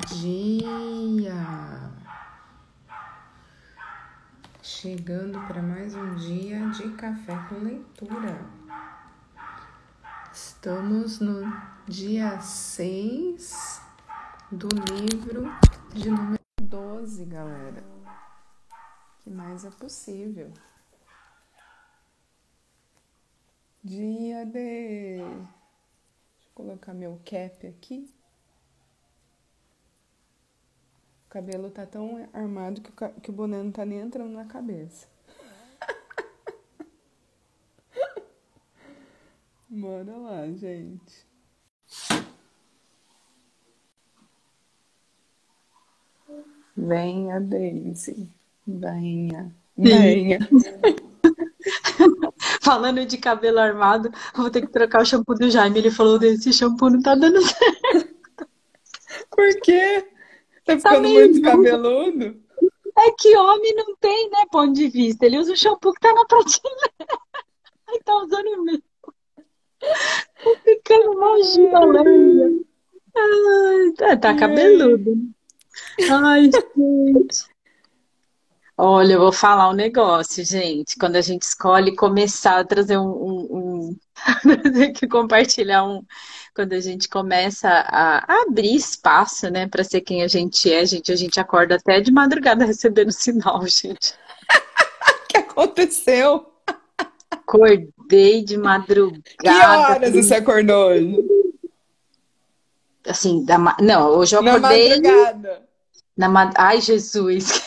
dia! Chegando para mais um dia de café com leitura. Estamos no dia 6 do livro de número 12, galera. Que mais é possível? Dia de... Deixa eu colocar meu cap aqui. O cabelo tá tão armado que o boné não tá nem entrando na cabeça. Bora lá, gente. Venha, Daisy. Venha. Sim. Venha. Falando de cabelo armado, eu vou ter que trocar o shampoo do Jaime. Ele falou desse shampoo não tá dando certo. Por quê? Tá Tá ficando meio muito duro. cabeludo? É que homem não tem, né, ponto de vista. Ele usa o shampoo que tá na prateleira. Aí tá usando o meu. Tá ficando mó giralanha. Ai, tá cabeludo. Ai, gente. Olha, eu vou falar um negócio, gente. Quando a gente escolhe começar a trazer tem que compartilhar quando a gente começa a abrir espaço, né, para ser quem a gente acorda até de madrugada recebendo sinal, gente. O que aconteceu? Acordei de Que madrugada, horas você acordou hoje? assim, não, hoje eu Na acordei madrugada. ai, Jesus.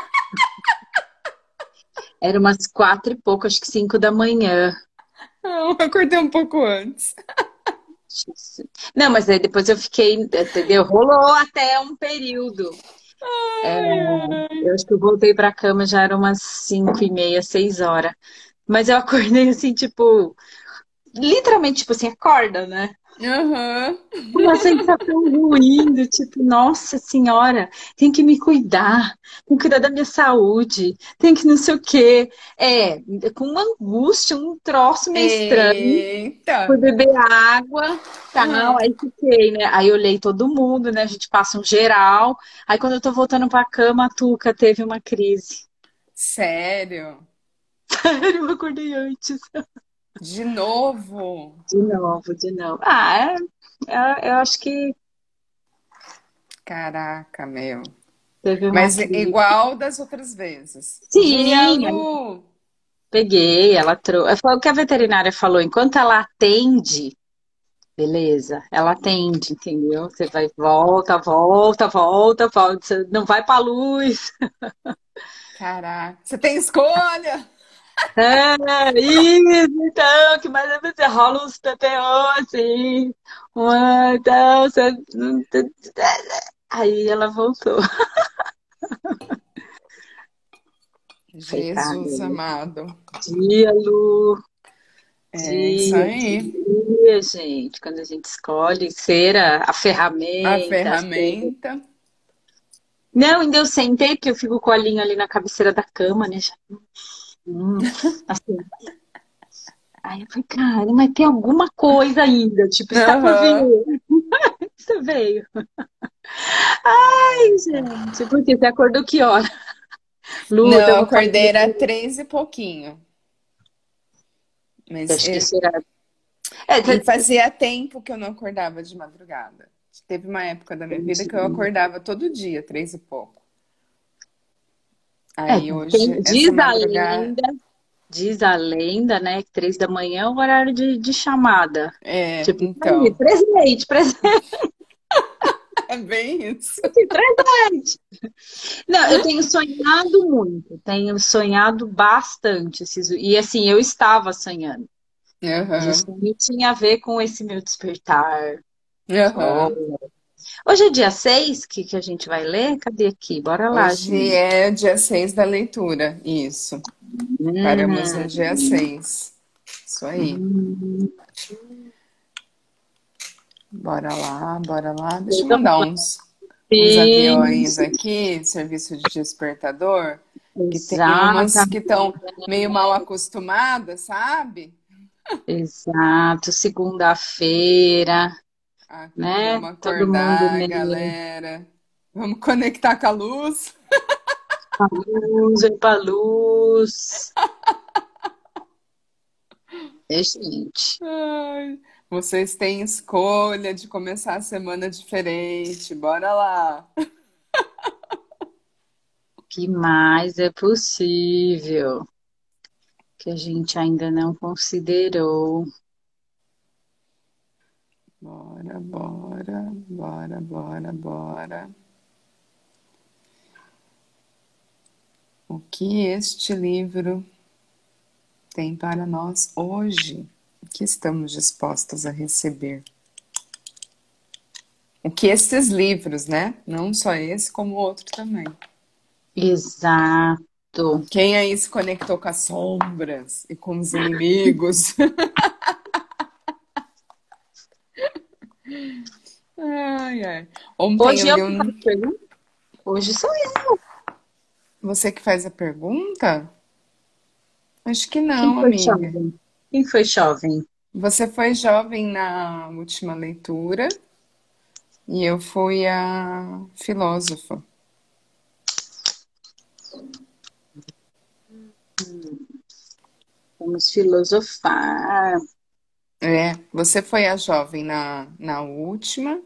Era umas 4 e pouco, acho que 5 da manhã. Não, eu acordei um pouco antes. Não, mas aí depois eu fiquei, entendeu? Rolou até um período. Ai, ai. Eu acho que eu voltei pra cama já era umas 5h30, 6 horas. Mas eu acordei assim, tipo, literalmente, tipo assim, acorda, né? Aham. Uma sensação ruim, do tipo, nossa senhora, tem que me cuidar, tem que cuidar da minha saúde, tem que não sei o quê. Com uma angústia, um troço meio estranho. Eita. Fui beber água, tal, Hum. aí fiquei, né? Aí eu olhei todo mundo, né? A gente passa um geral. Aí quando eu tô voltando pra cama, a Tuca teve uma crise. Sério? Eu acordei antes. De novo? De novo, de novo. Eu acho que Caraca, meu. teve uma Mas crise. igual das outras vezes. Dia, Sim, aí Lu. peguei, ela trouxe. Foi o que a veterinária falou, enquanto ela atende, beleza, ela atende, entendeu? Você vai, volta, volta, volta, volta. Você não vai pra luz. Caraca. Você tem escolha? Isso, então, que mais é você? Rola uns PPO, assim. Então, você... Aí ela voltou. Falei, cara, Jesus amado. dia, Lu, É isso dia, aí. dia, gente. Quando a gente escolhe ser a A ferramenta. ferramenta. Não, ainda eu sentei, porque eu fico com o colinho ali na cabeceira da cama, né? Hum, assim. Aí eu falei, cara, mas tem alguma coisa ainda. Tipo, está por vir. Aham. Isso veio. Ai, Caraca. gente, por quê? Você acordou que hora? Lu, Não, então eu eu vou falar acordei de era 3 e pouquinho. Mas acho que será. É, e fazia tempo que eu não acordava de madrugada. Teve uma época da minha vida que eu acordava todo dia, 3 e pouco. é, Aí hoje, essa madrugada, diz a lenda, né, que 3 da manhã é o horário de chamada. Tipo, aí, então, presente, presente, é bem isso. presente. Não, eu tenho sonhado muito, tenho sonhado bastante. E assim, eu estava sonhando. E o Aham, sonho tinha a ver com esse meu despertar. Oh. aham. Hoje é dia 6 que a gente vai ler? Cadê aqui? Bora lá, Hoje gente. é o dia 6 da leitura, isso. Paramos no dia Hum, 6. Isso aí. hum. Bora lá, bora lá. Deixa eu Então, mandar uns aviões isso, aqui, serviço de despertador, que tem umas que exatamente, estão meio mal acostumadas, sabe? exato. Segunda-feira, né? Vamos Todo mundo acordar, meio galera. Vamos conectar com a luz. A luz, vai pra luz. É, gente. Ai, vocês têm escolha de começar a semana diferente. Bora lá. O que mais é possível que a gente ainda não considerou? Bora, bora, bora, bora, bora. O que este livro tem para nós hoje? O que estamos dispostos a receber? O que esses livros, né? Não só esse, como o outro também. Exato. Quem aí se conectou com as sombras e com os inimigos? Ai, ai. Ontem Hoje eu eu li que faço um. pergunta? Hoje sou eu. Você que faz a pergunta? Acho que Quem não, foi amiga. jovem? Quem foi jovem? Você foi jovem na última leitura e eu fui a filósofa. Vamos filosofar. É, você foi a jovem na última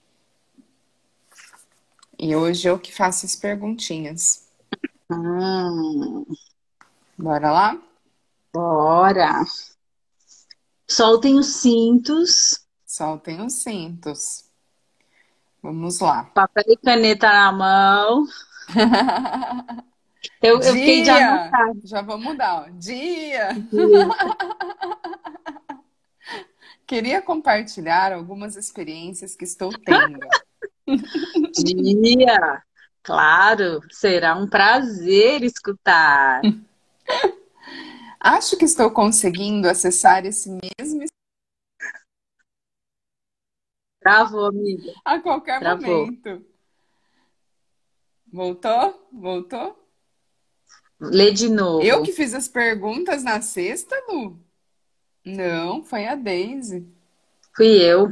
e hoje eu que faço as perguntinhas. Hum, Bora lá? bora. Soltem os cintos, Soltem os cintos. Vamos lá. papel e caneta na mão. Eu fiquei de Dia! anotar. Já vamos mudar, ó. Dia! Queria compartilhar algumas experiências que estou tendo. Dia. Claro, será um prazer escutar. Acho que estou conseguindo acessar esse mesmo Travou, amiga. a qualquer Travou. momento. Voltou? Voltou? Lê de Eu novo. que fiz as perguntas na sexta, Lu? Não, foi a Daisy. Fui eu.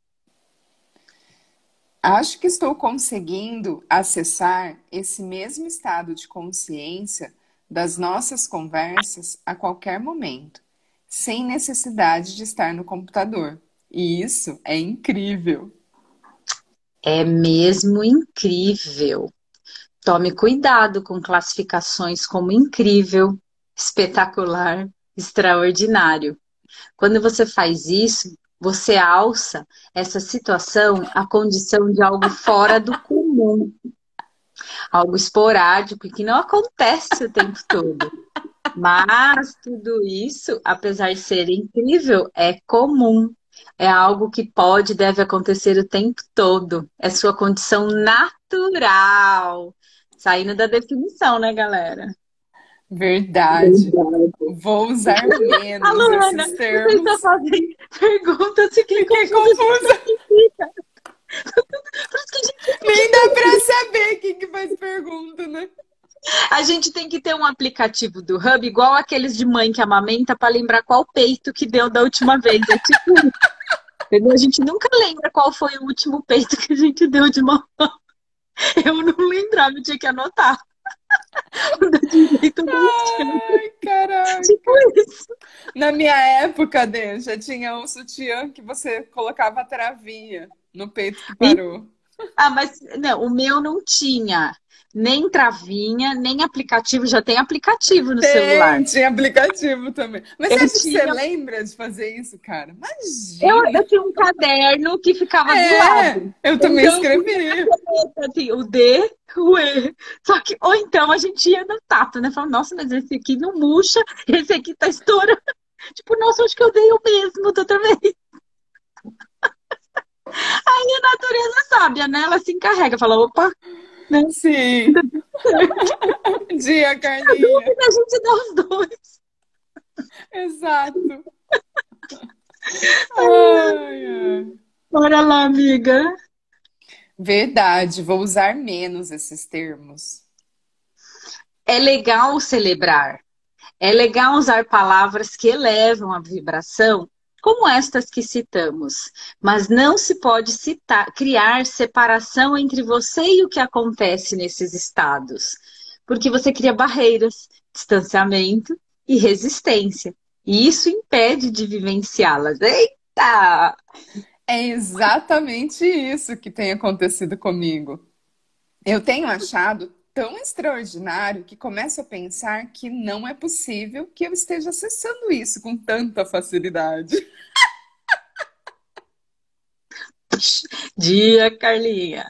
Acho que estou conseguindo acessar esse mesmo estado de consciência das nossas conversas a qualquer momento, sem necessidade de estar no computador. E isso é incrível. É mesmo incrível. Tome cuidado com classificações como incrível, espetacular, extraordinário. Quando você faz isso, você alça essa situação à condição de algo fora do comum, algo esporádico e que não acontece o tempo todo. Mas tudo isso, apesar de ser incrível, é comum. É algo que pode e deve acontecer o tempo todo. É sua condição natural. Saindo da definição, né, galera? Verdade. Vou usar A menos Luana, esses vocês estão termos. fazendo perguntas, fiquei Fiquei confusa de confusa. significa. Por isso que Nem dá pra saber quem que faz pergunta, né? a gente tem que ter um aplicativo do Hub, igual aqueles de mãe que amamenta, para lembrar qual peito que deu da última vez. É tipo, entendeu? A gente nunca lembra qual foi o último peito que a gente deu de mão. Eu não lembrava, eu tinha que anotar. Do jeito do certo. Ai, Tipo caraca. isso. Na minha época, Dê, já tinha um sutiã que você colocava a travinha no peito que parou. Ah, mas não, o meu não tinha nem travinha, nem aplicativo. Já tem aplicativo no celular. Tinha aplicativo também. Mas você Eu acha que você tinha, lembra de fazer isso, cara? eu Imagina! tinha um caderno que ficava do É, lado. eu também Então eu punha na escrevi. caneta, assim, o D, o E. Só que, ou então a gente ia no tato, né? Falando, nossa, mas esse aqui não murcha, esse aqui tá estourando. Tipo, nossa, acho que eu dei o mesmo da outra vez. Aí a natureza sábia, né? Ela se encarrega, fala, opa, né? Sim. Dia, A Carlinha. dúvida a gente dá os dois. Exato. Ai, ai. Bora lá, amiga. Verdade, vou usar menos esses termos. É legal celebrar. É legal usar palavras que elevam a vibração como estas que citamos. Mas não se pode criar separação entre você e o que acontece nesses estados, porque você cria barreiras, distanciamento e resistência. E isso impede de vivenciá-las. Eita! É exatamente isso que tem acontecido comigo. Eu tenho achado tão extraordinário que começo a pensar que não é possível que eu esteja acessando isso com tanta facilidade. Dia, Carlinha.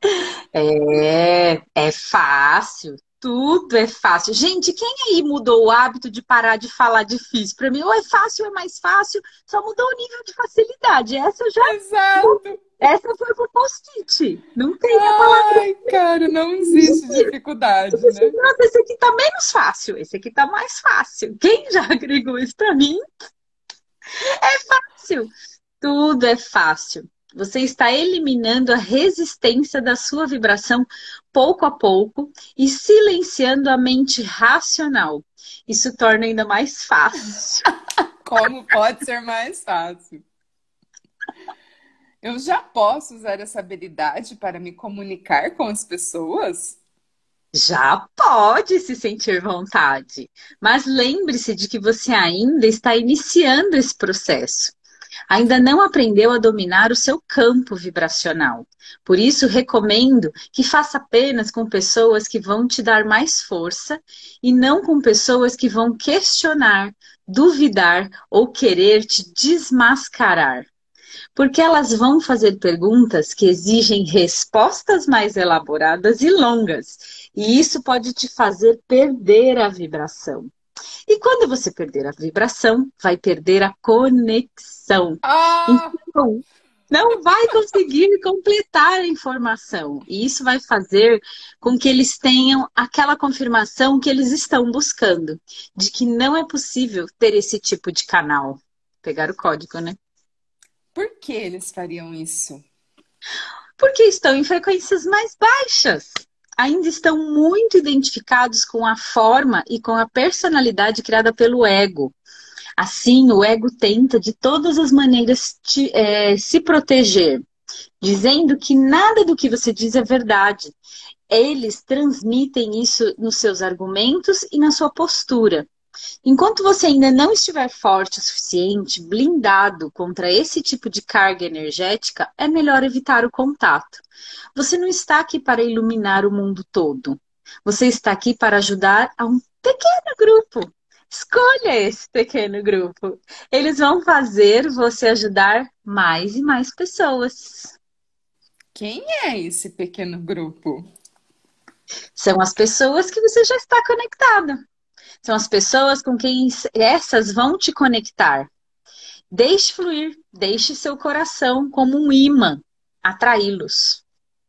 É fácil. Tudo é fácil. Gente, quem aí mudou o hábito de parar de falar difícil? Para mim, ou é fácil ou é mais fácil, só mudou o nível de facilidade. Exato! Essa foi pro post-it. Não tem a palavra. Ai, cara, não existe dificuldade, né? Nossa, esse aqui tá menos fácil. Esse aqui tá mais fácil. Quem já agregou isso para mim? É fácil. Tudo é fácil. Você está eliminando a resistência da sua vibração pouco a pouco e silenciando a mente racional. Isso torna ainda mais fácil. Como pode ser mais fácil? Eu já posso usar essa habilidade para me comunicar com as pessoas? Já pode se sentir vontade, mas lembre-se de que você ainda está iniciando esse processo. Ainda não aprendeu a dominar o seu campo vibracional. Por isso, recomendo que faça apenas com pessoas que vão te dar mais força e não com pessoas que vão questionar, duvidar ou querer te desmascarar. Porque elas vão fazer perguntas que exigem respostas mais elaboradas e longas. E isso pode te fazer perder a vibração. E quando você perder a vibração, vai perder a conexão. Ah! Então, não vai conseguir completar a informação. E isso vai fazer com que eles tenham aquela confirmação que eles estão buscando, de que não é possível ter esse tipo de canal. Pegar o código, né? Por que eles fariam isso? Porque estão em frequências mais baixas. Ainda estão muito identificados com a forma e com a personalidade criada pelo ego. Assim, o ego tenta de todas as maneiras se proteger, dizendo que nada do que você diz é verdade. Eles transmitem isso nos seus argumentos e na sua postura. Enquanto você ainda não estiver forte o suficiente, blindado contra esse tipo de carga energética, é melhor evitar o contato. Você não está aqui para iluminar o mundo todo. Você está aqui para ajudar a um pequeno grupo. Escolha esse pequeno grupo. Eles vão fazer você ajudar mais e mais pessoas. Quem é esse pequeno grupo? São as pessoas que você já está conectado. São as pessoas com quem essas vão te conectar. Deixe fluir, deixe seu coração como um imã atraí-los.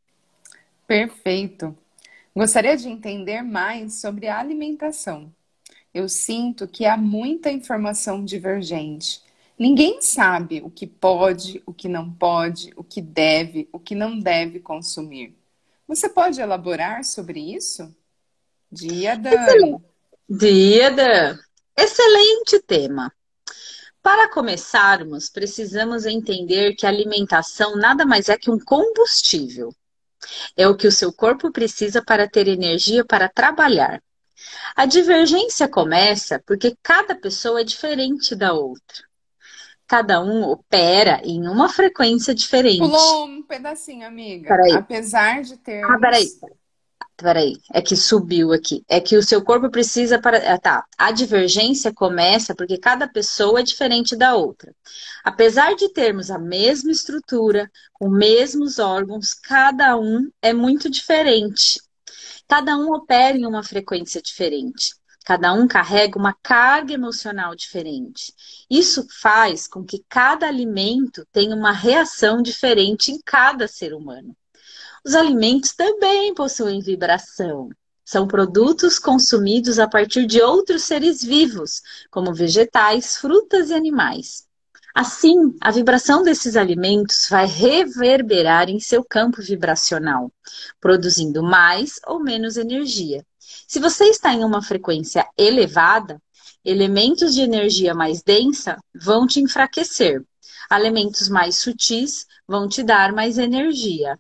Perfeito. Gostaria de entender mais sobre a alimentação. Eu sinto que há muita informação divergente. Ninguém sabe o que pode, o que não pode, o que deve, o que não deve consumir. Você pode elaborar sobre isso? Dia, Dani. Dieda, excelente tema. Para começarmos, precisamos entender que a alimentação nada mais é que um combustível. É o que o seu corpo precisa para ter energia para trabalhar. A divergência começa porque cada pessoa é diferente da outra. Cada um opera em uma frequência diferente. Pulou um pedacinho, amiga. Peraí. Apesar de Peraí. termos... Peraí, é que subiu aqui. É que o seu corpo precisa para. Tá. A divergência começa porque cada pessoa é diferente da outra. Apesar de termos a mesma estrutura, os mesmos órgãos, cada um é muito diferente. Cada um opera em uma frequência diferente. Cada um carrega uma carga emocional diferente. Isso faz com que cada alimento tenha uma reação diferente em cada ser humano. Os alimentos também possuem vibração. São produtos consumidos a partir de outros seres vivos, como vegetais, frutas e animais. Assim, a vibração desses alimentos vai reverberar em seu campo vibracional, produzindo mais ou menos energia. Se você está em uma frequência elevada, Elementos de energia mais densa vão te enfraquecer. Elementos mais sutis vão te dar mais energia.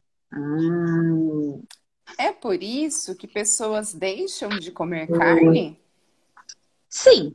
Hum. É por isso que pessoas deixam de comer carne? Sim,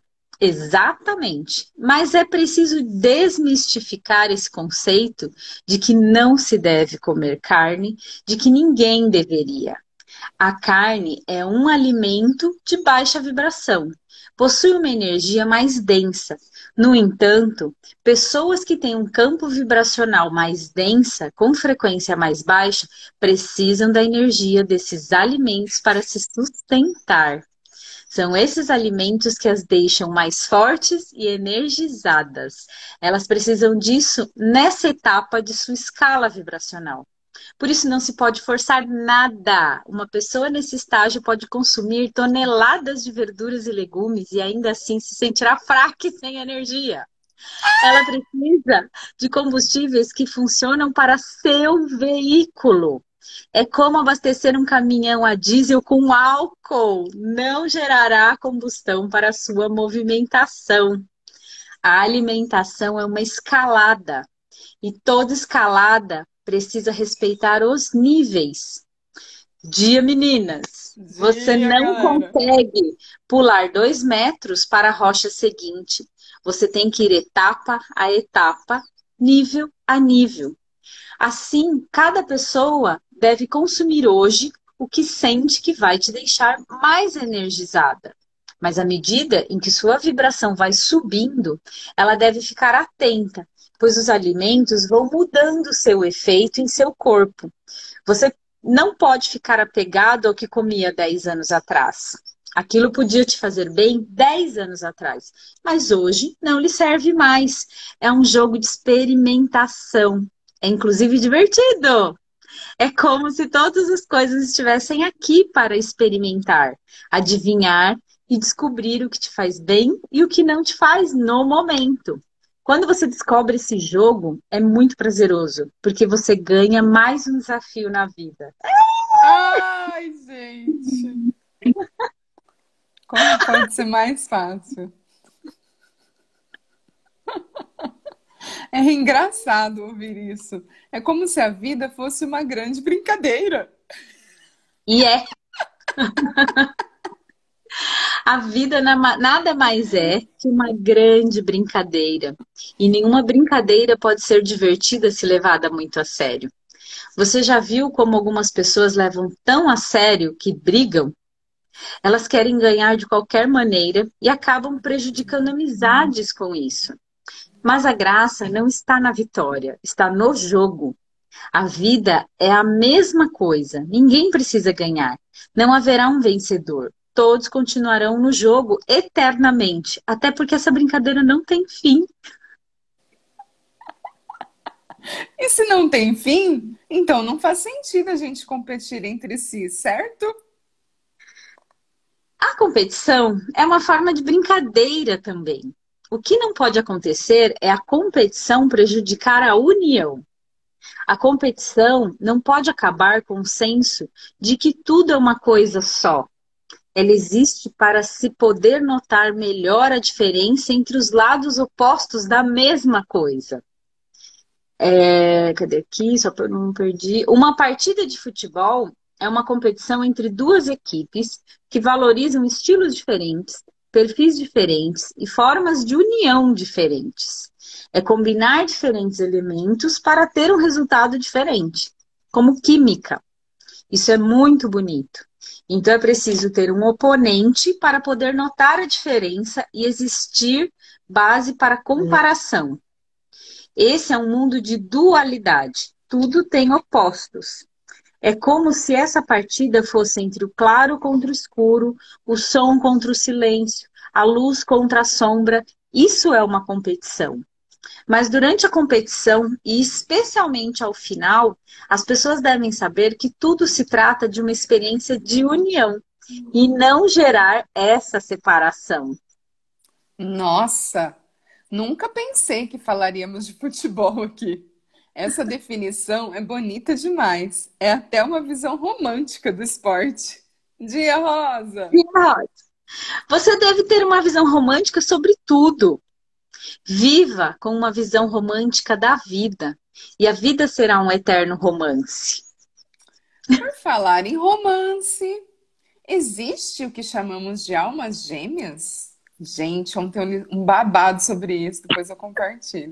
exatamente. Mas é preciso desmistificar esse conceito de que não se deve comer carne, de que ninguém deveria. A carne é um alimento de baixa vibração, possui uma energia mais densa. No entanto, pessoas que têm um campo vibracional mais densa, com frequência mais baixa, precisam da energia desses alimentos para se sustentar. São esses alimentos que as deixam mais fortes e energizadas. Elas precisam disso nessa etapa de sua escala vibracional. Por isso não se pode forçar nada. Uma pessoa nesse estágio pode consumir toneladas de verduras e legumes e ainda assim se sentirá fraca e sem energia. Ela precisa de combustíveis que funcionam para seu veículo. É como abastecer um caminhão a diesel com álcool. Não gerará combustão para a sua movimentação. A alimentação é uma escalada. E toda escalada precisa respeitar os níveis. Dia, meninas! Você Dia, não galera. consegue pular 2 metros para a rocha seguinte. Você tem que ir etapa a etapa, nível a nível. Assim, cada pessoa deve consumir hoje o que sente que vai te deixar mais energizada. Mas à medida em que sua vibração vai subindo, ela deve ficar atenta, pois os alimentos vão mudando seu efeito em seu corpo. Você não pode ficar apegado ao que comia 10 anos atrás. Aquilo podia te fazer bem 10 anos atrás, mas hoje não lhe serve mais. É um jogo de experimentação. É inclusive divertido. É como se todas as coisas estivessem aqui para experimentar, adivinhar e descobrir o que te faz bem e o que não te faz no momento. Quando você descobre esse jogo, é muito prazeroso, porque você ganha mais um desafio na vida. Ai, gente. Como pode ser mais fácil? É engraçado ouvir isso. É como se a vida fosse uma grande brincadeira. E a vida nada mais é que uma grande brincadeira. E nenhuma brincadeira pode ser divertida se levada muito a sério. Você já viu como algumas pessoas levam tão a sério que brigam? Elas querem ganhar de qualquer maneira e acabam prejudicando amizades com isso. Mas a graça não está na vitória, está no jogo. A vida é a mesma coisa, ninguém precisa ganhar. Não haverá um vencedor. Todos continuarão no jogo eternamente, até porque essa brincadeira não tem fim. E se não tem fim, então não faz sentido a gente competir entre si, certo? A competição é uma forma de brincadeira também. O que não pode acontecer é a competição prejudicar a união. A competição não pode acabar com o senso de que tudo é uma coisa só. Ela existe para se poder notar melhor a diferença entre os lados opostos da mesma coisa. Cadê aqui? Só para não perdi. Uma partida de futebol é uma competição entre duas equipes que valorizam estilos diferentes, perfis diferentes e formas de união diferentes. É combinar diferentes elementos para ter um resultado diferente, como química. Isso é muito bonito. Então é preciso ter um oponente para poder notar a diferença e existir base para comparação. Esse é um mundo de dualidade. Tudo tem opostos. É como se essa partida fosse entre o claro contra o escuro, o som contra o silêncio, a luz contra a sombra. Isso é uma competição. Mas durante a competição, e especialmente ao final, as pessoas devem saber que tudo se trata de uma experiência de união e não gerar essa separação. Nossa, nunca pensei que falaríamos de futebol aqui. Essa definição é bonita demais. É até uma visão romântica do esporte. Dia Rosa! Você deve ter uma visão romântica sobre tudo. Viva com uma visão romântica da vida. E a vida será um eterno romance. Por falar em romance, existe o que chamamos de almas gêmeas? Gente, ontem eu li um babado sobre isso, depois eu compartilho.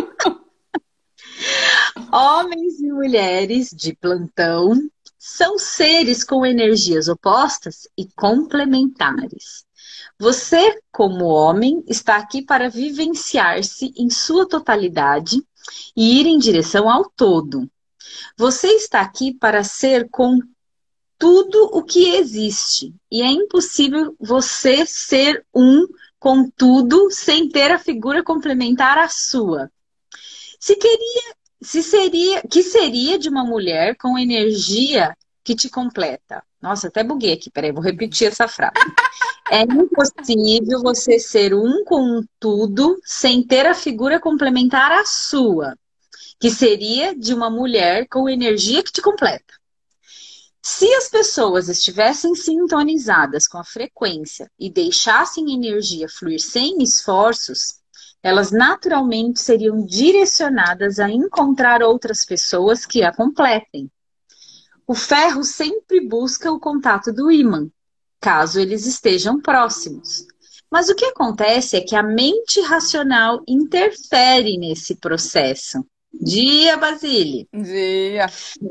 Homens e mulheres de plantão são seres com energias opostas e complementares. Você, como homem, está aqui para vivenciar-se em sua totalidade e ir em direção ao todo. Você está aqui para ser com tudo o que existe. E é impossível você ser um com tudo sem ter a figura complementar à sua. Se queria, que seria de uma mulher com energia que te completa? Nossa, até buguei aqui, peraí, vou repetir essa frase. É impossível você ser um com tudo sem ter a figura complementar à sua, que seria de uma mulher com energia que te completa. Se as pessoas estivessem sintonizadas com a frequência e deixassem energia fluir sem esforços, elas naturalmente seriam direcionadas a encontrar outras pessoas que a completem. O ferro sempre busca o contato do ímã, caso eles estejam próximos. Mas o que acontece é que a mente racional interfere nesse processo. Dia, Basílio. Dia.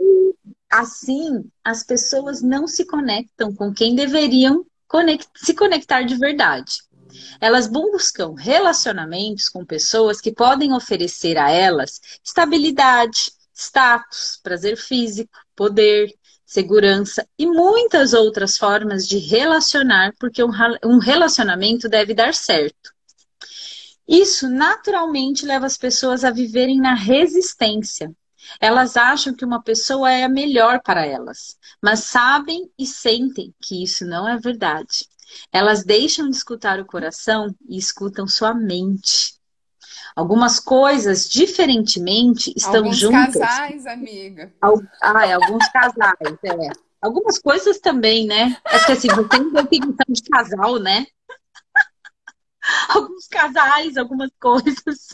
Assim, as pessoas não se conectam com quem deveriam se conectar de verdade. Elas buscam relacionamentos com pessoas que podem oferecer a elas estabilidade, status, prazer físico, poder, segurança e muitas outras formas de relacionar, porque um relacionamento deve dar certo. Isso naturalmente leva as pessoas a viverem na resistência. Elas acham que uma pessoa é a melhor para elas, mas sabem e sentem que isso não é verdade. Elas deixam de escutar o coração e escutam sua mente. Algumas coisas, diferentemente, estão Alguns juntas. casais, amiga. Alguns casais, é. Algumas coisas também, né? É porque assim, você tem definição de casal, né? Alguns casais, algumas coisas.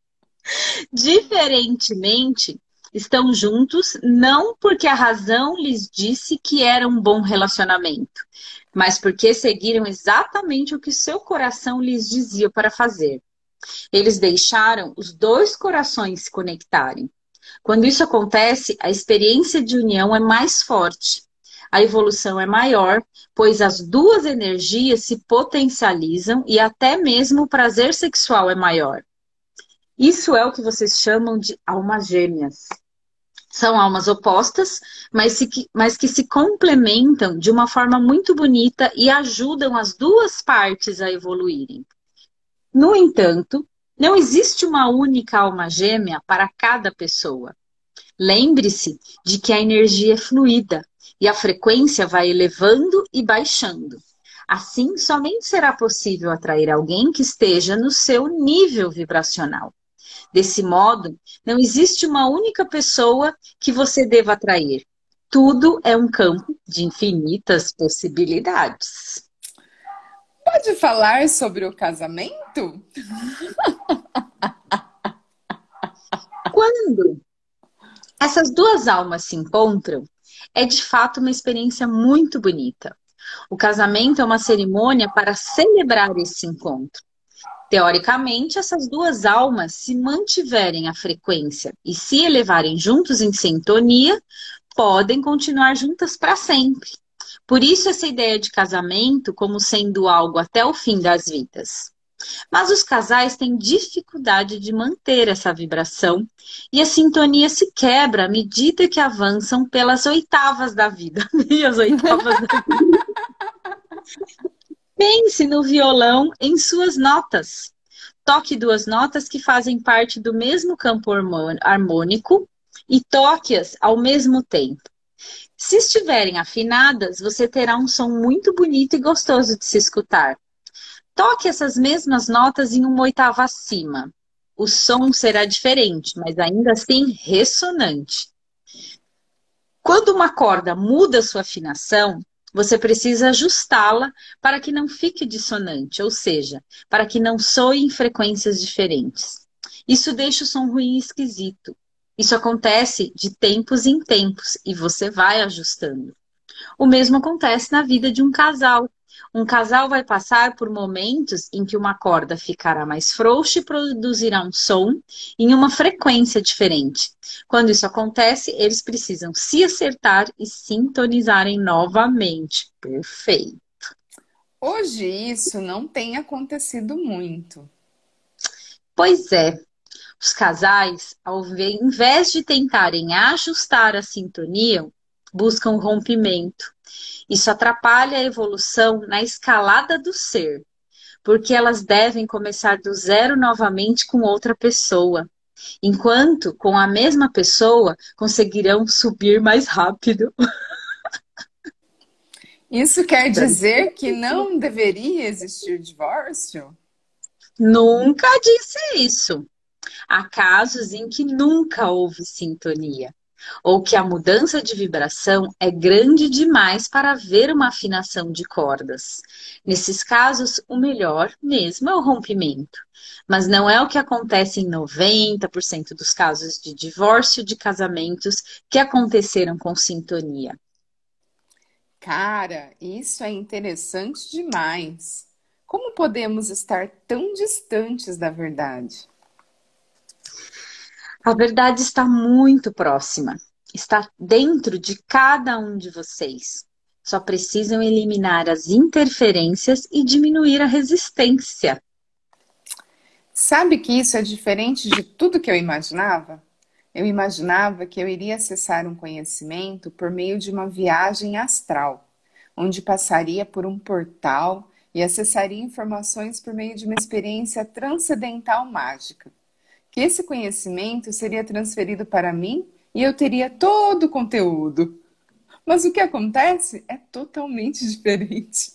Diferentemente, estão juntos não porque a razão lhes disse que era um bom relacionamento, mas porque seguiram exatamente o que seu coração lhes dizia para fazer. Eles deixaram os dois corações se conectarem. Quando isso acontece, a experiência de união é mais forte. A evolução é maior, pois as duas energias se potencializam e até mesmo o prazer sexual é maior. Isso é o que vocês chamam de almas gêmeas. São almas opostas, mas que se complementam de uma forma muito bonita e ajudam as duas partes a evoluírem. No entanto, não existe uma única alma gêmea para cada pessoa. Lembre-se de que a energia é fluida e a frequência vai elevando e baixando. Assim, somente será possível atrair alguém que esteja no seu nível vibracional. Desse modo, não existe uma única pessoa que você deva atrair. Tudo é um campo de infinitas possibilidades. Pode falar sobre o casamento? Quando essas duas almas se encontram, é de fato uma experiência muito bonita. O casamento é uma cerimônia para celebrar esse encontro. Teoricamente, essas duas almas, se mantiverem a frequência e se elevarem juntos em sintonia, podem continuar juntas para sempre. Por isso, essa ideia de casamento como sendo algo até o fim das vidas. Mas os casais têm dificuldade de manter essa vibração e a sintonia se quebra à medida que avançam pelas oitavas da vida. E as oitavas da vida. Pense no violão em suas notas. Toque duas notas que fazem parte do mesmo campo harmônico e toque-as ao mesmo tempo. Se estiverem afinadas, você terá um som muito bonito e gostoso de se escutar. Toque essas mesmas notas em uma oitava acima. O som será diferente, mas ainda assim ressonante. Quando uma corda muda sua afinação, você precisa ajustá-la para que não fique dissonante, ou seja, para que não soe em frequências diferentes. Isso deixa o som ruim e esquisito. Isso acontece de tempos em tempos e você vai ajustando. O mesmo acontece na vida de um casal. Um casal vai passar por momentos em que uma corda ficará mais frouxa e produzirá um som em uma frequência diferente. Quando isso acontece, eles precisam se acertar e sintonizarem novamente. Perfeito. Hoje isso não tem acontecido muito. Pois é, os casais, ao invés de tentarem ajustar a sintonia, buscam rompimento. Isso atrapalha a evolução na escalada do ser, porque elas devem começar do zero novamente com outra pessoa, enquanto com a mesma pessoa conseguirão subir mais rápido. Isso quer dizer que não deveria existir divórcio? Nunca disse isso. Há casos em que nunca houve sintonia, ou que a mudança de vibração é grande demais para haver uma afinação de cordas. Nesses casos, o melhor mesmo é o rompimento. Mas não é o que acontece em 90% dos casos de divórcio de casamentos que aconteceram com sintonia. Cara, isso é interessante demais. Como podemos estar tão distantes da verdade? A verdade está muito próxima. Está dentro de cada um de vocês. Só precisam eliminar as interferências e diminuir a resistência. Sabe que isso é diferente de tudo que eu imaginava? Eu imaginava que eu iria acessar um conhecimento por meio de uma viagem astral, onde passaria por um portal e acessaria informações por meio de uma experiência transcendental mágica. Que esse conhecimento seria transferido para mim e eu teria todo o conteúdo. Mas o que acontece é totalmente diferente.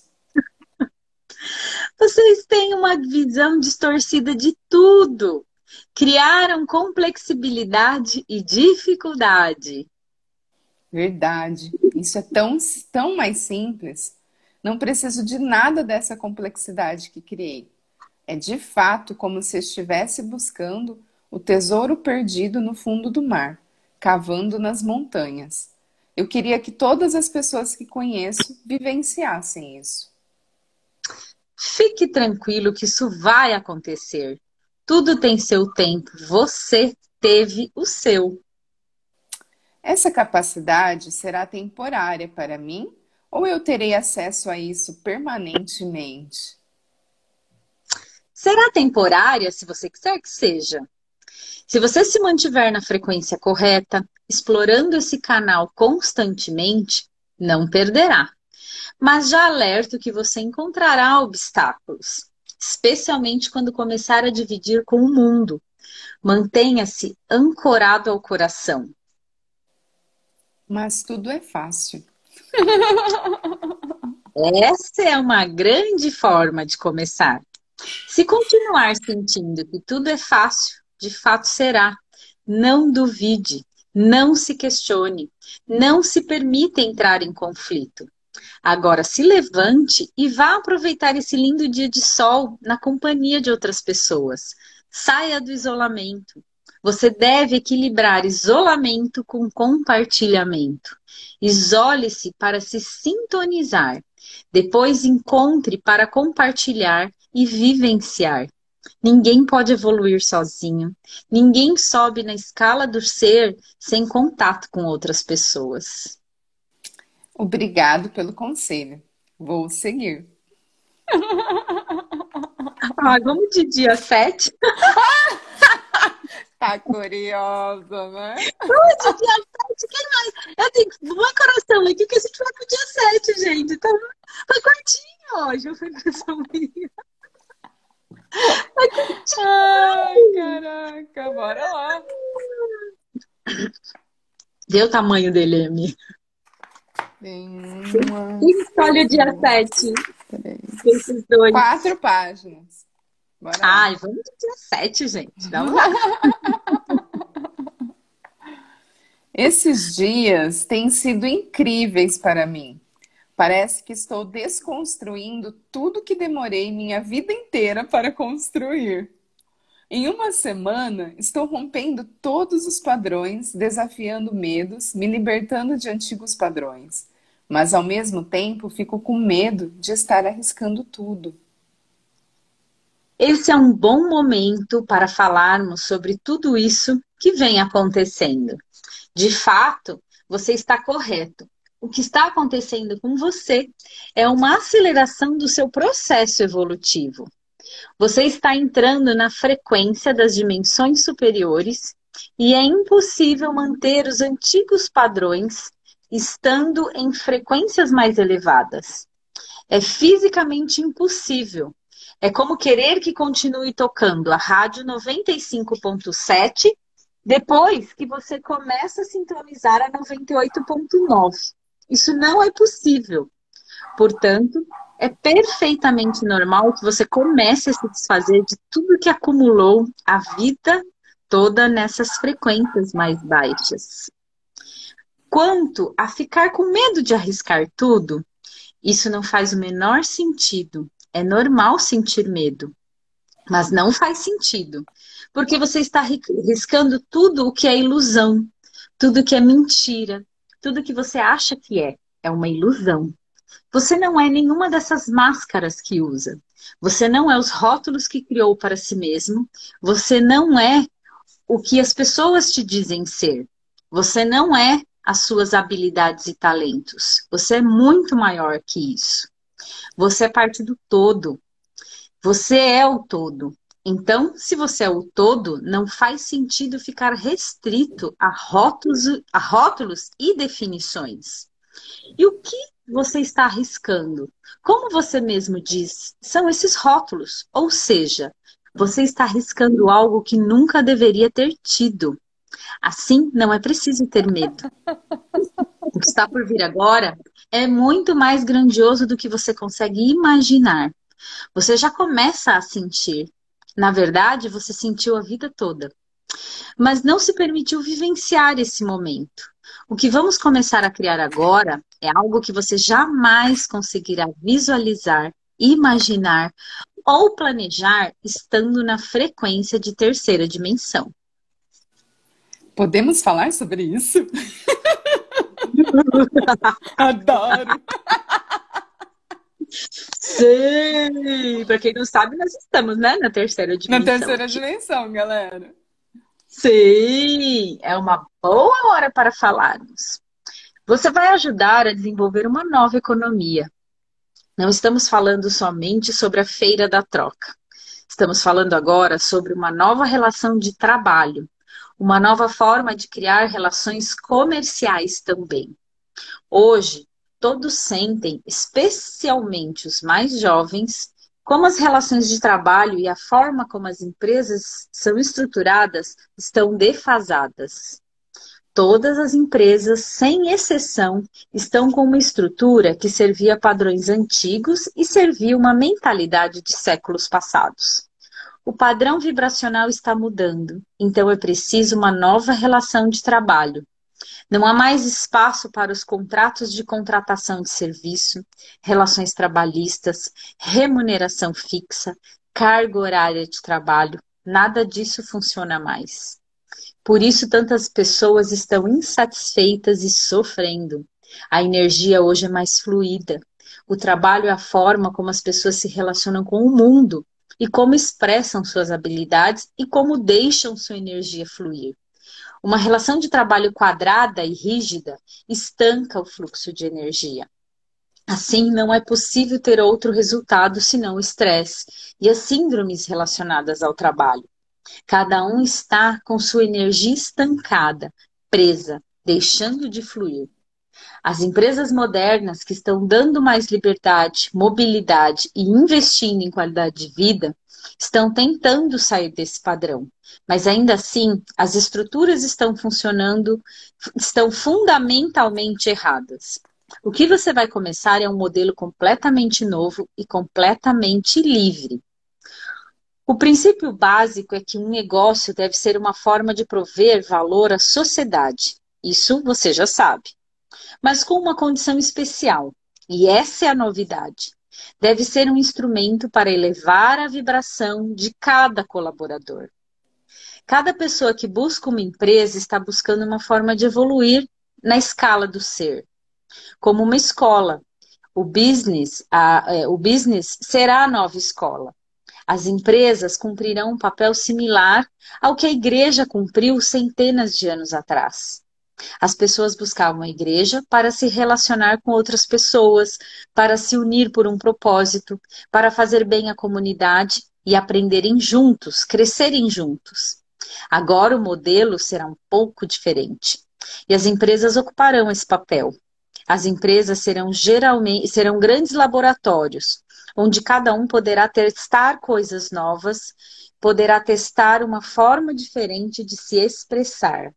Vocês têm uma visão distorcida de tudo. Criaram complexibilidade e dificuldade. Verdade. Isso é tão mais simples. Não preciso de nada dessa complexidade que criei. É de fato como se estivesse buscando o tesouro perdido no fundo do mar, cavando nas montanhas. Eu queria que todas as pessoas que conheço vivenciassem isso. Fique tranquilo que isso vai acontecer. Tudo tem seu tempo. Você teve o seu. Essa capacidade será temporária para mim ou eu terei acesso a isso permanentemente? Será temporária se você quiser que seja. Se você se mantiver na frequência correta, explorando esse canal constantemente, não perderá. Mas já alerto que você encontrará obstáculos, especialmente quando começar a dividir com o mundo. Mantenha-se ancorado ao coração. Mas tudo é fácil. Essa é uma grande forma de começar. Se continuar sentindo que tudo é fácil, de fato será. Não duvide, não se questione, não se permita entrar em conflito. Agora se levante e vá aproveitar esse lindo dia de sol na companhia de outras pessoas. Saia do isolamento. Você deve equilibrar isolamento com compartilhamento. Isole-se para se sintonizar. Depois encontre para compartilhar e vivenciar. Ninguém pode evoluir sozinho. Ninguém sobe na escala do ser sem contato com outras pessoas. Obrigado pelo conselho. Vou seguir. Ah, vamos de dia 7? Tá curiosa, né? Vamos de dia 7? Quem mais? Eu tenho um coração aqui que a gente vai pro dia 7, gente. Então, foi curtinho hoje. Foi coração minha. Foi curtinho. Ai, caraca, bora lá. Vê o tamanho dele, Amy. Tem E escolhe o dia 7. Esses dois. 4 páginas. Bora lá. Ai, vamos de dia 7, gente. Vamos lá. Esses dias têm sido incríveis para mim. Parece que estou desconstruindo tudo que demorei minha vida inteira para construir. Em uma semana, estou rompendo todos os padrões, desafiando medos, me libertando de antigos padrões. Mas, ao mesmo tempo, fico com medo de estar arriscando tudo. Esse é um bom momento para falarmos sobre tudo isso que vem acontecendo. De fato, você está correto. O que está acontecendo com você é uma aceleração do seu processo evolutivo. Você está entrando na frequência das dimensões superiores e é impossível manter os antigos padrões estando em frequências mais elevadas. É fisicamente impossível. É como querer que continue tocando a rádio 95.7 depois que você começa a sintonizar a 98.9. Isso não é possível. Portanto, é perfeitamente normal que você comece a se desfazer de tudo que acumulou a vida toda nessas frequências mais baixas. Quanto a ficar com medo de arriscar tudo, isso não faz o menor sentido. É normal sentir medo, mas não faz sentido, porque você está arriscando tudo o que é ilusão, tudo que é mentira, tudo que você acha que é uma ilusão. Você não é nenhuma dessas máscaras que usa. Você não é os rótulos que criou para si mesmo. Você não é o que as pessoas te dizem ser. Você não é as suas habilidades e talentos. Você é muito maior que isso. Você é parte do todo. Você é o todo. Então, se você é o todo, não faz sentido ficar restrito a rótulos e definições. E o que você está arriscando? Como você mesmo diz, são esses rótulos. Ou seja, você está arriscando algo que nunca deveria ter tido. Assim, não é preciso ter medo. O que está por vir agora é muito mais grandioso do que você consegue imaginar. Você já começa a sentir. Na verdade, você sentiu a vida toda. Mas não se permitiu vivenciar esse momento. O que vamos começar a criar agora é algo que você jamais conseguirá visualizar, imaginar ou planejar estando na frequência de terceira dimensão. Podemos falar sobre isso? Adoro! Sim! Para quem não sabe, nós estamos, né, na terceira Na dimensão. terceira dimensão, galera. Sim! É uma boa hora para falarmos. Você vai ajudar a desenvolver uma nova economia. Não estamos falando somente sobre a feira da troca. Estamos falando agora sobre uma nova relação de trabalho, uma nova forma de criar relações comerciais também. Hoje, todos sentem, especialmente os mais jovens, como as relações de trabalho e a forma como as empresas são estruturadas estão defasadas. Todas as empresas, sem exceção, estão com uma estrutura que servia a padrões antigos e servia uma mentalidade de séculos passados. O padrão vibracional está mudando, então é preciso uma nova relação de trabalho. Não há mais espaço para os contratos de contratação de serviço, relações trabalhistas, remuneração fixa, carga horária de trabalho. Nada disso funciona mais. Por isso, tantas pessoas estão insatisfeitas e sofrendo. A energia hoje é mais fluida. O trabalho é a forma como as pessoas se relacionam com o mundo e como expressam suas habilidades e como deixam sua energia fluir. Uma relação de trabalho quadrada e rígida estanca o fluxo de energia. Assim, não é possível ter outro resultado senão o estresse e as síndromes relacionadas ao trabalho. Cada um está com sua energia estancada, presa, deixando de fluir. As empresas modernas que estão dando mais liberdade, mobilidade e investindo em qualidade de vida estão tentando sair desse padrão. Mas ainda assim, as estruturas estão funcionando, estão fundamentalmente erradas. O que você vai começar é um modelo completamente novo e completamente livre. O princípio básico é que um negócio deve ser uma forma de prover valor à sociedade. Isso você já sabe. Mas com uma condição especial. E essa é a novidade. Deve ser um instrumento para elevar a vibração de cada colaborador. Cada pessoa que busca uma empresa está buscando uma forma de evoluir na escala do ser, como uma escola. O business será a nova escola. As empresas cumprirão um papel similar ao que a igreja cumpriu centenas de anos atrás. As pessoas buscavam a igreja para se relacionar com outras pessoas, para se unir por um propósito, para fazer bem à comunidade e aprenderem juntos, crescerem juntos. Agora o modelo será um pouco diferente e as empresas ocuparão esse papel. As empresas serão grandes laboratórios, onde cada um poderá testar coisas novas, poderá testar uma forma diferente de se expressar.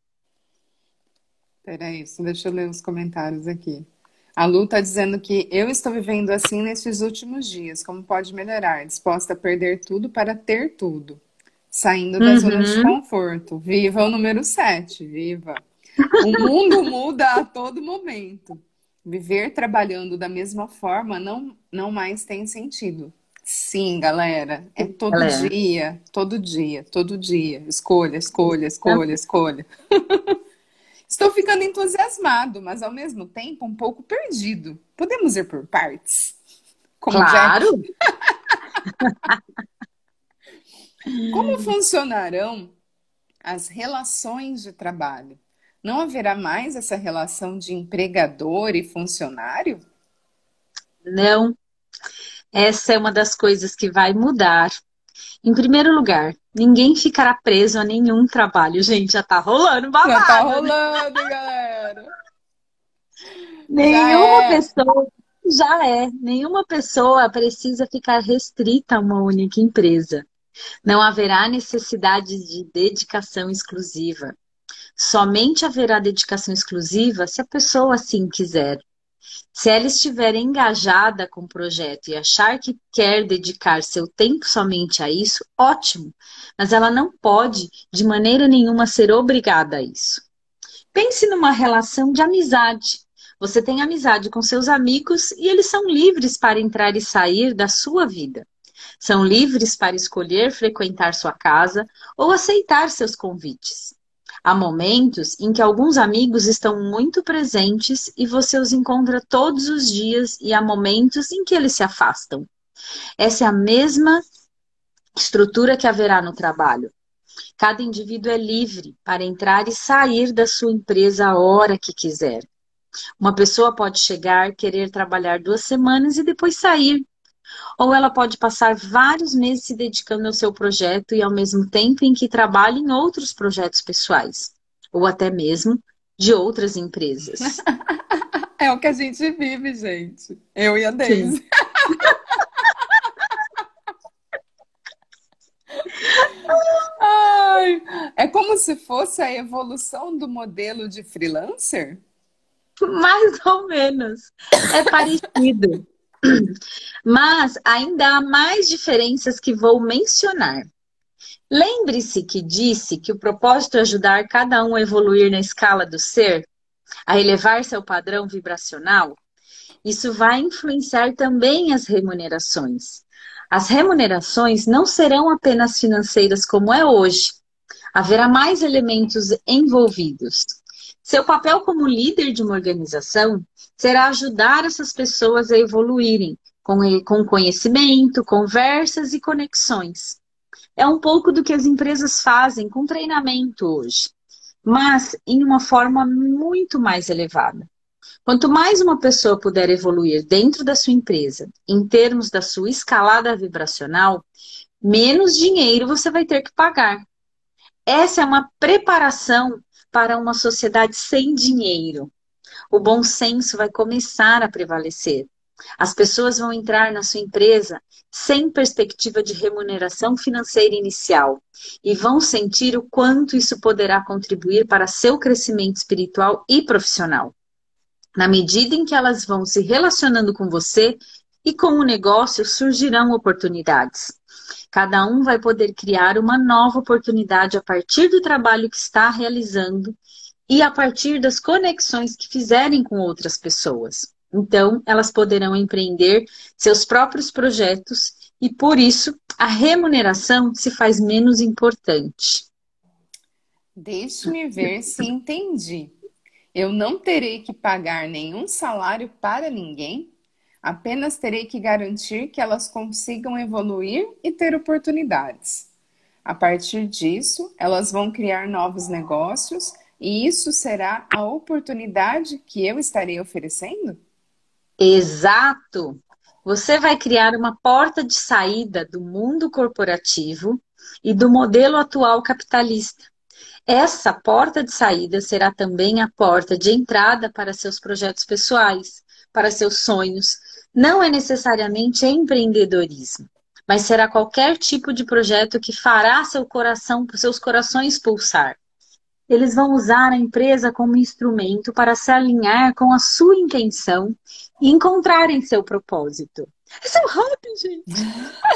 Peraí, só deixa eu ler os comentários aqui. A Lu tá dizendo que eu estou vivendo assim nesses últimos dias. Como pode melhorar? Disposta a perder tudo para ter tudo. Saindo da zona de Uhum. conforto. Viva o número 7, viva. O mundo muda a todo momento. Viver trabalhando da mesma forma não mais tem sentido. Sim, galera, é todo Galera. dia, todo dia, todo dia. Escolha, escolha, escolha, escolha. Estou ficando entusiasmado, mas ao mesmo tempo um pouco perdido. Podemos ir por partes? Como Claro, Jack? Como funcionarão as relações de trabalho? Não haverá mais essa relação de empregador e funcionário? não. Essa é uma das coisas que vai mudar. Em primeiro lugar, ninguém ficará preso a nenhum trabalho. Gente, já tá rolando Já tá babado, né? rolando, galera. Já Nenhuma é. pessoa, já é, nenhuma pessoa precisa ficar restrita a uma única empresa. Não haverá necessidade de dedicação exclusiva. Somente haverá dedicação exclusiva se a pessoa assim quiser. Se ela estiver engajada com o projeto e achar que quer dedicar seu tempo somente a isso, ótimo, mas ela não pode, de maneira nenhuma, ser obrigada a isso. Pense numa relação de amizade. Você tem amizade com seus amigos e eles são livres para entrar e sair da sua vida. São livres para escolher frequentar sua casa ou aceitar seus convites. Há momentos em que alguns amigos estão muito presentes e você os encontra todos os dias, e há momentos em que eles se afastam. Essa é a mesma estrutura que haverá no trabalho. Cada indivíduo é livre para entrar e sair da sua empresa a hora que quiser. Uma pessoa pode chegar, querer trabalhar 2 semanas e depois sair. Ou ela pode passar vários meses se dedicando ao seu projeto e ao mesmo tempo em que trabalha em outros projetos pessoais. Ou até mesmo de outras empresas. É o que a gente vive, gente. Eu e a Sim. Deise. Ai, é como se fosse a evolução do modelo de freelancer? Mais ou menos. É parecido. Mas ainda há mais diferenças que vou mencionar. Lembre-se que disse que o propósito é ajudar cada um a evoluir na escala do ser, a elevar seu padrão vibracional. Isso vai influenciar também as remunerações. As remunerações não serão apenas financeiras como é hoje. Haverá mais elementos envolvidos. Seu papel como líder de uma organização será ajudar essas pessoas a evoluírem com conhecimento, conversas e conexões. É um pouco do que as empresas fazem com treinamento hoje, mas em uma forma muito mais elevada. Quanto mais uma pessoa puder evoluir dentro da sua empresa, em termos da sua escalada vibracional, menos dinheiro você vai ter que pagar. Essa é uma preparação para uma sociedade sem dinheiro. O bom senso vai começar a prevalecer. As pessoas vão entrar na sua empresa sem perspectiva de remuneração financeira inicial e vão sentir o quanto isso poderá contribuir para seu crescimento espiritual e profissional. Na medida em que elas vão se relacionando com você e com o negócio, surgirão oportunidades. Cada um vai poder criar uma nova oportunidade a partir do trabalho que está realizando e a partir das conexões que fizerem com outras pessoas. Então, elas poderão empreender seus próprios projetos e, por isso, a remuneração se faz menos importante. Deixe-me ver se entendi. Eu não terei que pagar nenhum salário para ninguém, apenas terei que garantir que elas consigam evoluir e ter oportunidades. A partir disso, elas vão criar novos negócios e isso será a oportunidade que eu estarei oferecendo? Exato! Você vai criar uma porta de saída do mundo corporativo e do modelo atual capitalista. Essa porta de saída será também a porta de entrada para seus projetos pessoais, para seus sonhos. Não é necessariamente empreendedorismo, mas será qualquer tipo de projeto que fará seus corações pulsar. Eles vão usar a empresa como instrumento para se alinhar com a sua intenção e encontrarem seu propósito. Esse é um hobby, gente!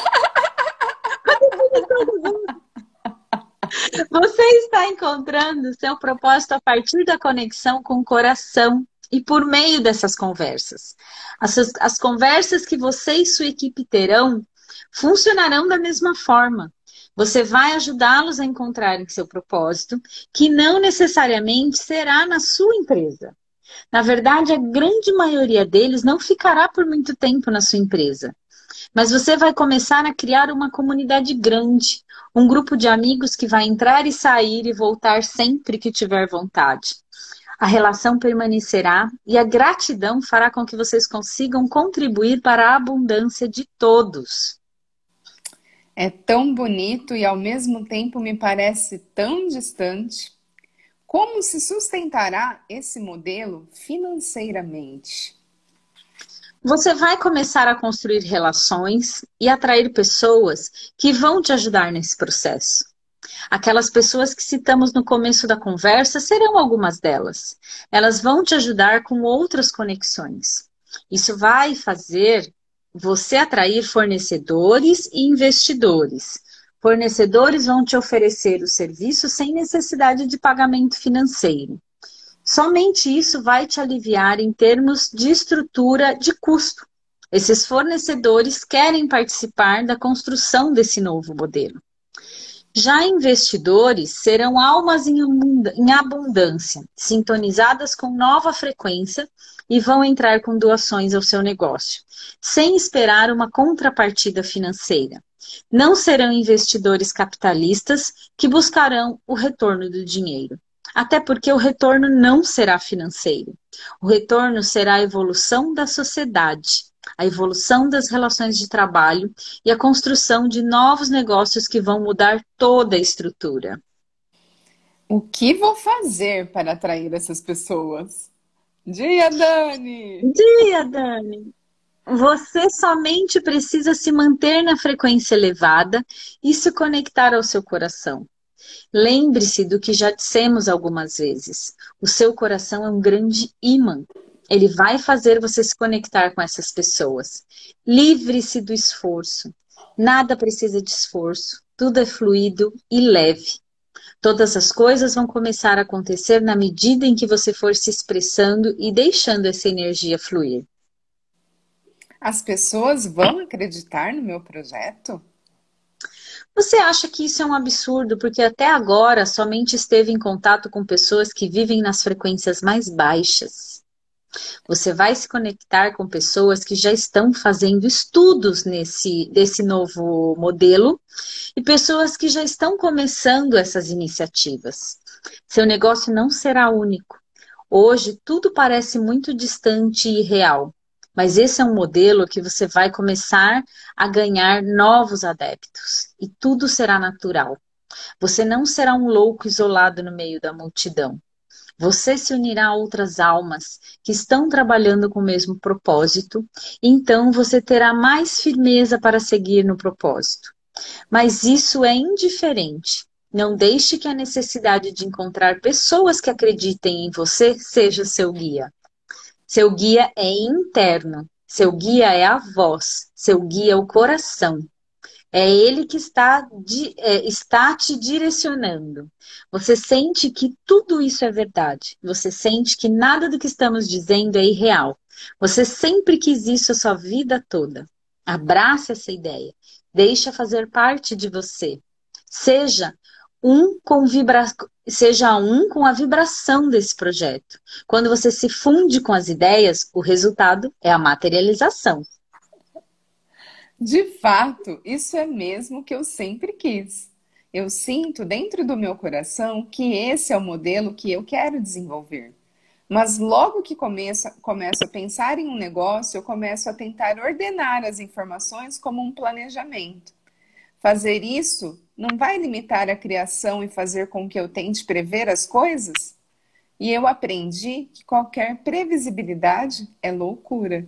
Você está encontrando seu propósito a partir da conexão com o coração e por meio dessas conversas. As conversas que você e sua equipe terão funcionarão da mesma forma. Você vai ajudá-los a encontrarem seu propósito, que não necessariamente será na sua empresa. Na verdade, a grande maioria deles não ficará por muito tempo na sua empresa. Mas você vai começar a criar uma comunidade grande, um grupo de amigos que vai entrar e sair e voltar sempre que tiver vontade. A relação permanecerá e a gratidão fará com que vocês consigam contribuir para a abundância de todos. É tão bonito e ao mesmo tempo me parece tão distante. Como se sustentará esse modelo financeiramente? Você vai começar a construir relações e atrair pessoas que vão te ajudar nesse processo. Aquelas pessoas que citamos no começo da conversa serão algumas delas. Elas vão te ajudar com outras conexões. Isso vai fazer você atrair fornecedores e investidores. Fornecedores vão te oferecer o serviço sem necessidade de pagamento financeiro. Somente isso vai te aliviar em termos de estrutura de custo. Esses fornecedores querem participar da construção desse novo modelo. Já investidores serão almas em abundância, sintonizadas com nova frequência e vão entrar com doações ao seu negócio, sem esperar uma contrapartida financeira. Não serão investidores capitalistas que buscarão o retorno do dinheiro. Até porque o retorno não será financeiro. O retorno será a evolução da sociedade, a evolução das relações de trabalho e a construção de novos negócios que vão mudar toda a estrutura. O que vou fazer para atrair essas pessoas? Dia, Dani! Dia, Dani! Você somente precisa se manter na frequência elevada e se conectar ao seu coração. Lembre-se do que já dissemos algumas vezes. O seu coração é um grande imã. Ele vai fazer você se conectar com essas pessoas. Livre-se do esforço. Nada precisa de esforço. Tudo é fluido e leve. Todas as coisas vão começar a acontecer na medida em que você for se expressando e deixando essa energia fluir. As pessoas vão acreditar no meu projeto? Você acha que isso é um absurdo porque até agora somente esteve em contato com pessoas que vivem nas frequências mais baixas? Você vai se conectar com pessoas que já estão fazendo estudos desse novo modelo e pessoas que já estão começando essas iniciativas. Seu negócio não será único. Hoje tudo parece muito distante e irreal. Mas esse é um modelo que você vai começar a ganhar novos adeptos. E tudo será natural. Você não será um louco isolado no meio da multidão. Você se unirá a outras almas que estão trabalhando com o mesmo propósito. E então você terá mais firmeza para seguir no propósito. Mas isso é indiferente. Não deixe que a necessidade de encontrar pessoas que acreditem em você seja seu guia. Seu guia é interno, seu guia é a voz, seu guia é o coração. É ele que está te direcionando. Você sente que tudo isso é verdade. Você sente que nada do que estamos dizendo é irreal. Você sempre quis isso a sua vida toda. Abrace essa ideia. Deixa fazer parte de você. Seja seja um com a vibração desse projeto. Quando você se funde com as ideias, o resultado é a materialização. De fato, isso é mesmo que eu sempre quis. Eu sinto dentro do meu coração que esse é o modelo que eu quero desenvolver. Mas logo que começo a pensar em um negócio, eu começo a tentar ordenar as informações como um planejamento. Fazer isso não vai limitar a criação e fazer com que eu tente prever as coisas? E eu aprendi que qualquer previsibilidade é loucura.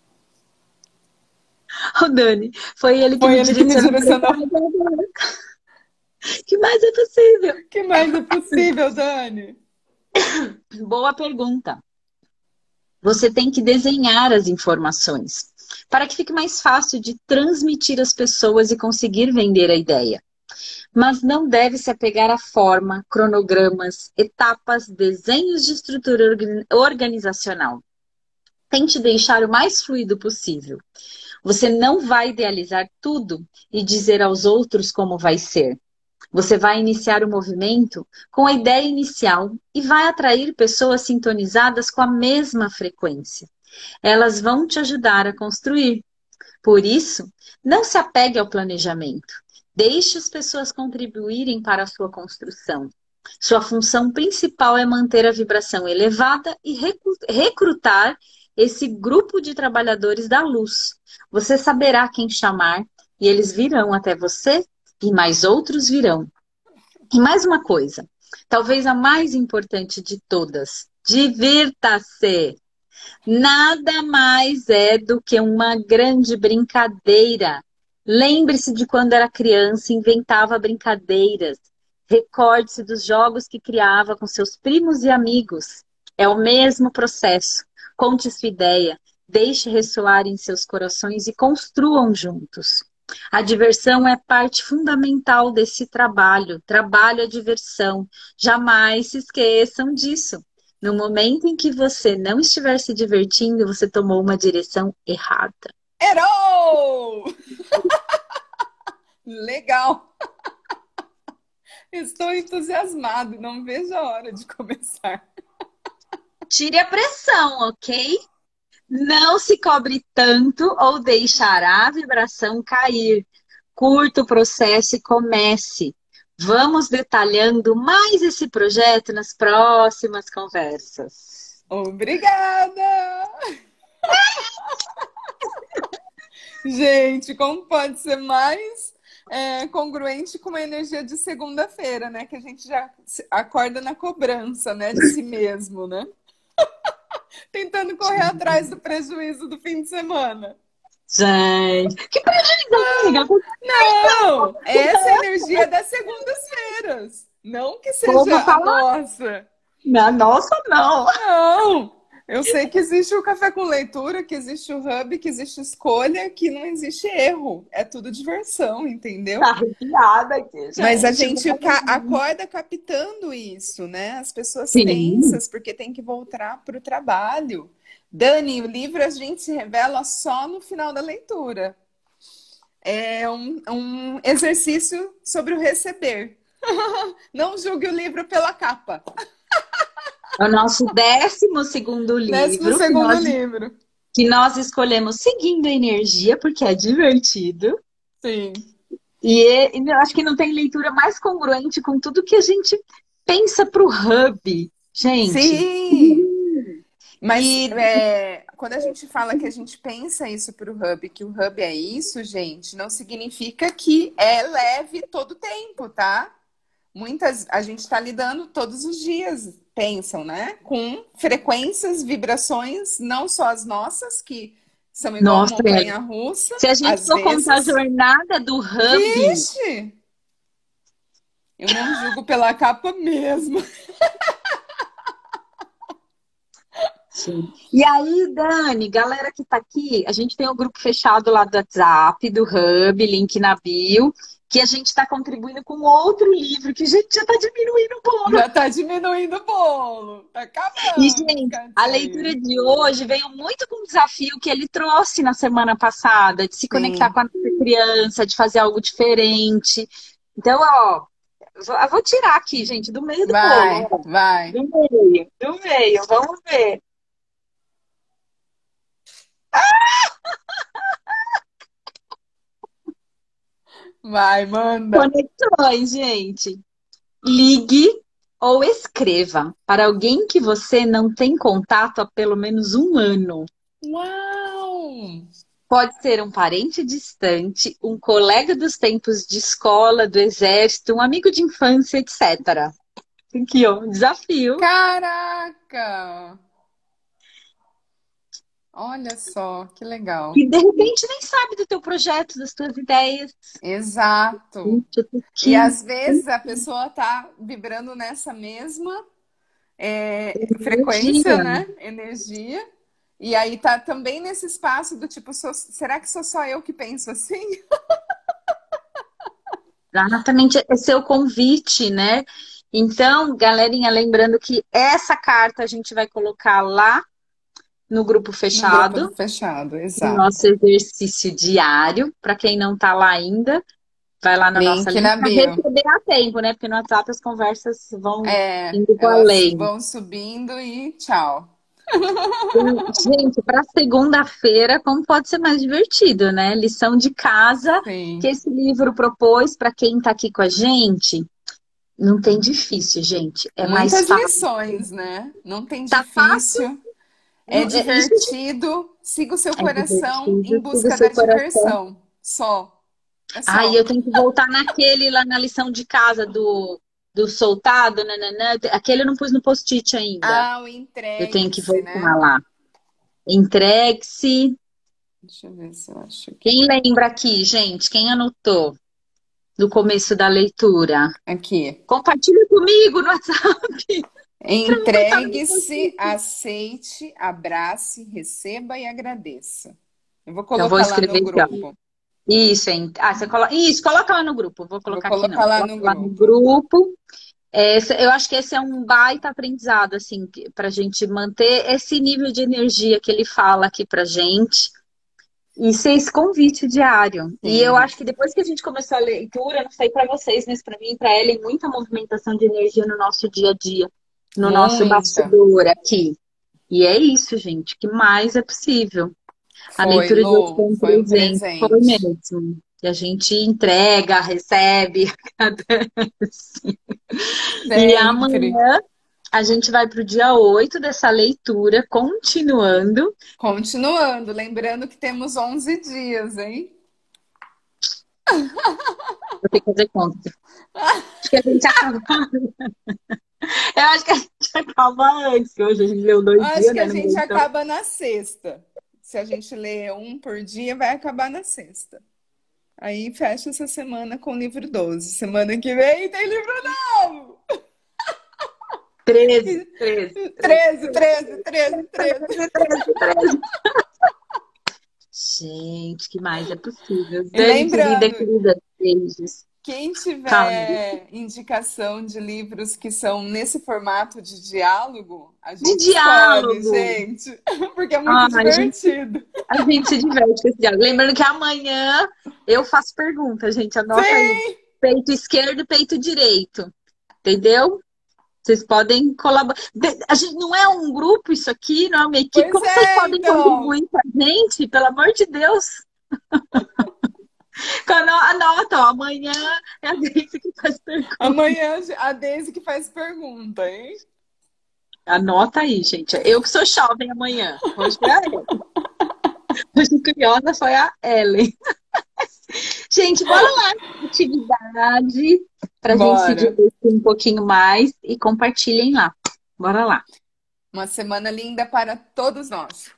Oh, Dani, foi ele que Foi me ele que me direcionou. direcionou. Que mais é possível? O que mais é possível, Dani? Boa pergunta. Você tem que desenhar as informações para que fique mais fácil de transmitir às pessoas e conseguir vender a ideia. Mas não deve se apegar à forma, cronogramas, etapas, desenhos de estrutura organizacional. Tente deixar o mais fluido possível. Você não vai idealizar tudo e dizer aos outros como vai ser. Você vai iniciar o movimento com a ideia inicial e vai atrair pessoas sintonizadas com a mesma frequência. Elas vão te ajudar a construir. Por isso, não se apegue ao planejamento. Deixe as pessoas contribuírem para a sua construção. Sua função principal é manter a vibração elevada e recrutar esse grupo de trabalhadores da luz. Você saberá quem chamar e eles virão até você e mais outros virão. E mais uma coisa, talvez a mais importante de todas: divirta-se. Nada mais é do que uma grande brincadeira. Lembre-se de quando era criança e inventava brincadeiras. Recorde-se dos jogos que criava com seus primos e amigos. É o mesmo processo. Conte sua ideia, deixe ressoar em seus corações e construam juntos. A diversão é parte fundamental desse trabalho. Trabalho é diversão. Jamais se esqueçam disso. No momento em que você não estiver se divertindo, você tomou uma direção errada. Errou! Legal! Estou entusiasmado, não vejo a hora de começar. Tire a pressão, ok? Não se cobre tanto ou deixará a vibração cair. Curta o processo e comece. Vamos detalhando mais esse projeto nas próximas conversas. Obrigada! Gente, como pode ser mais congruente com uma energia de segunda-feira, né? Que a gente já acorda na cobrança, né? De si mesmo, né? Tentando correr atrás do prejuízo do fim de semana. Gente, que prejuízo, amiga? Não! Essa é a energia das segundas-feiras. Não que seja a nossa. A nossa, não. Não! Eu sei que existe o café com leitura, que existe o hub, que existe escolha, que não existe erro. É tudo diversão, entendeu? Tá arrepiada aqui, gente. Mas a gente acorda captando isso, né? As pessoas Sim. tensas, porque tem que voltar para o trabalho. Dani, o livro a gente se revela só no final da leitura. É um exercício sobre o receber. Não julgue o livro pela capa. É o nosso 12º livro. 12º livro. Que nós escolhemos seguindo a energia, porque é divertido. Sim. E eu acho que não tem leitura mais congruente com tudo que a gente pensa pro hub, gente. Sim! Mas quando a gente fala que a gente pensa isso pro hub, que o hub é isso, gente, não significa que é leve todo tempo, tá? A gente está lidando todos os dias, pensam, né? Com frequências, vibrações, não só as nossas, que são igual Nossa, montanha-russa. Se a gente for contar a jornada do hub... Vixe! Eu não julgo pela capa mesmo. Sim. E aí, Dani, galera que tá aqui, a gente tem um grupo fechado lá do WhatsApp, do Hub, link na bio, que a gente está contribuindo com outro livro, que a gente já está diminuindo um pouco. Já tá diminuindo o bolo. Tá E, acabando os gente, a leitura cantinhos. de hoje veio muito com o desafio que ele trouxe na semana passada, de se conectar Sim. com a nossa criança, de fazer algo diferente. Então, ó, eu vou tirar aqui, gente, do meio do bolo, Vai, ó. vai. Do meio, vamos ver. Vai, manda. Conexões, gente. Ligue ou escreva para alguém que você não tem contato há pelo menos um ano. Uau! Pode ser um parente distante, um colega dos tempos de escola, do exército, um amigo de infância, etc. Aqui, ó, um desafio. Caraca! Olha só, que legal. E de repente nem sabe do teu projeto, das tuas ideias. Exato. Gente, eu tô E aqui. às vezes a pessoa tá vibrando nessa mesma frequência, Dia. né? Energia. E aí tá também nesse espaço do tipo, será que sou só eu que penso assim? Exatamente, esse é o convite, né? Então, galerinha, lembrando que essa carta a gente vai colocar lá no grupo No grupo do fechado, fechado, no nosso exato. exercício diário. Para quem não está lá ainda, vai lá na nossa Link link na para bio. receber a tempo, né? Porque no WhatsApp as conversas vão É, indo para elas além. vão subindo e tchau. Gente, para segunda-feira, como pode ser mais divertido, né? Lição de casa que Sim. esse livro propôs para quem está aqui com a gente. Não tem difícil, gente. É mais Muitas fácil. lições, né? Não tem Tá fácil. difícil. É Isso divertido. Siga o seu é coração em divertido. Siga o busca da seu coração. diversão. Só. É Ai, só. eu tenho que voltar naquele lá na lição de casa do soltado, nananã. Aquele eu não pus no post-it ainda. Ah, o Eu tenho que entregue-se, voltar né? lá. Entregue-se. Deixa eu ver se eu acho aqui. Quem lembra aqui, gente? Quem anotou no começo da leitura? Aqui. Compartilha comigo no WhatsApp para me botar no meu Entregue-se, post-it. aceite, abrace, receba e agradeça. Eu vou Então, vou colocar lá no escrever aqui, ó. grupo. Isso, hein? Ah, você coloca. Isso, coloca lá no grupo. Vou Vou colocar aqui, colocar não. lá Coloca no lá no grupo. grupo. Eu acho que esse é um baita aprendizado, assim, para a gente manter esse nível de energia que ele fala aqui pra gente e ser esse convite diário. E eu Sim, acho que depois que a gente começou a leitura, não sei para vocês, mas para mim e para Ellen, muita movimentação de energia no nosso dia a dia, no nosso muita. bastidor aqui. E é isso, gente, que mais é possível. A Foi, leitura de hoje foi Lu, um foi um presente, foi presente. mesmo. E a gente entrega, recebe, agradece. E Sempre. amanhã a gente vai para o dia 8 dessa leitura, continuando. Continuando, lembrando que temos 11 dias, hein? Vou ter que fazer conta. Acho que a gente acaba. Eu acho que a gente acaba antes, que hoje a gente leu 2 dias, Acho que né? a Não gente aguentou. acaba na sexta. Se a gente lê um por dia, vai acabar na sexta. Aí fecha essa semana com o livro 12. Semana que vem tem livro novo! 13, 13, 13, 13, 13, 13, 13. 13, 13. Gente, que mais é possível? E Dani, lembrando, querida, beijos. quem Fala. tiver indicação de livros que são nesse formato de diálogo, a De gente escolhe, diálogo. gente, porque é muito Ah, divertido. a gente se diverte com esse diálogo. Lembrando que amanhã eu faço pergunta, gente. Anota aí. Sim, Peito esquerdo e peito direito. Entendeu? Vocês podem colaborar. A gente não é um grupo isso aqui, não é uma equipe. pois Como vocês é, podem então. contribuir com a gente? Pelo amor de Deus. Anota, ó, amanhã é a Grace que faz pergunta. Amanhã a Daisy que faz pergunta, hein? Anota aí, gente. Eu que sou jovem amanhã. Hoje foi a Ellen. Hoje curiosa foi a Ellen. Gente, bora lá. Atividade para a gente se Bora. divertir um pouquinho mais e compartilhem lá. Bora lá. Uma semana linda para todos nós.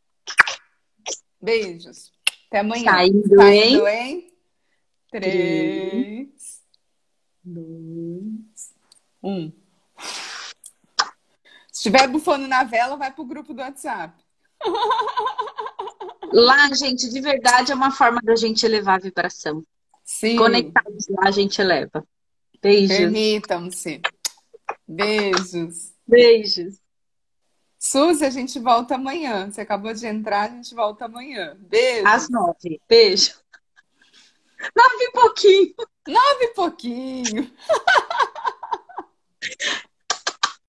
Beijos. Até amanhã. Saindo em Saindo em 3, 3, 2. 1. Se estiver bufando na vela, vai pro grupo do WhatsApp. Lá, gente, de verdade é uma forma da gente elevar a vibração. Sim, Conectados lá, a gente eleva. Beijos. permitam-se. Beijos. Beijos. Suzy, a gente volta amanhã. Você acabou de entrar, a gente volta amanhã. Às Beijos. 9. Beijo. 9 e pouquinho. 9 e pouquinho.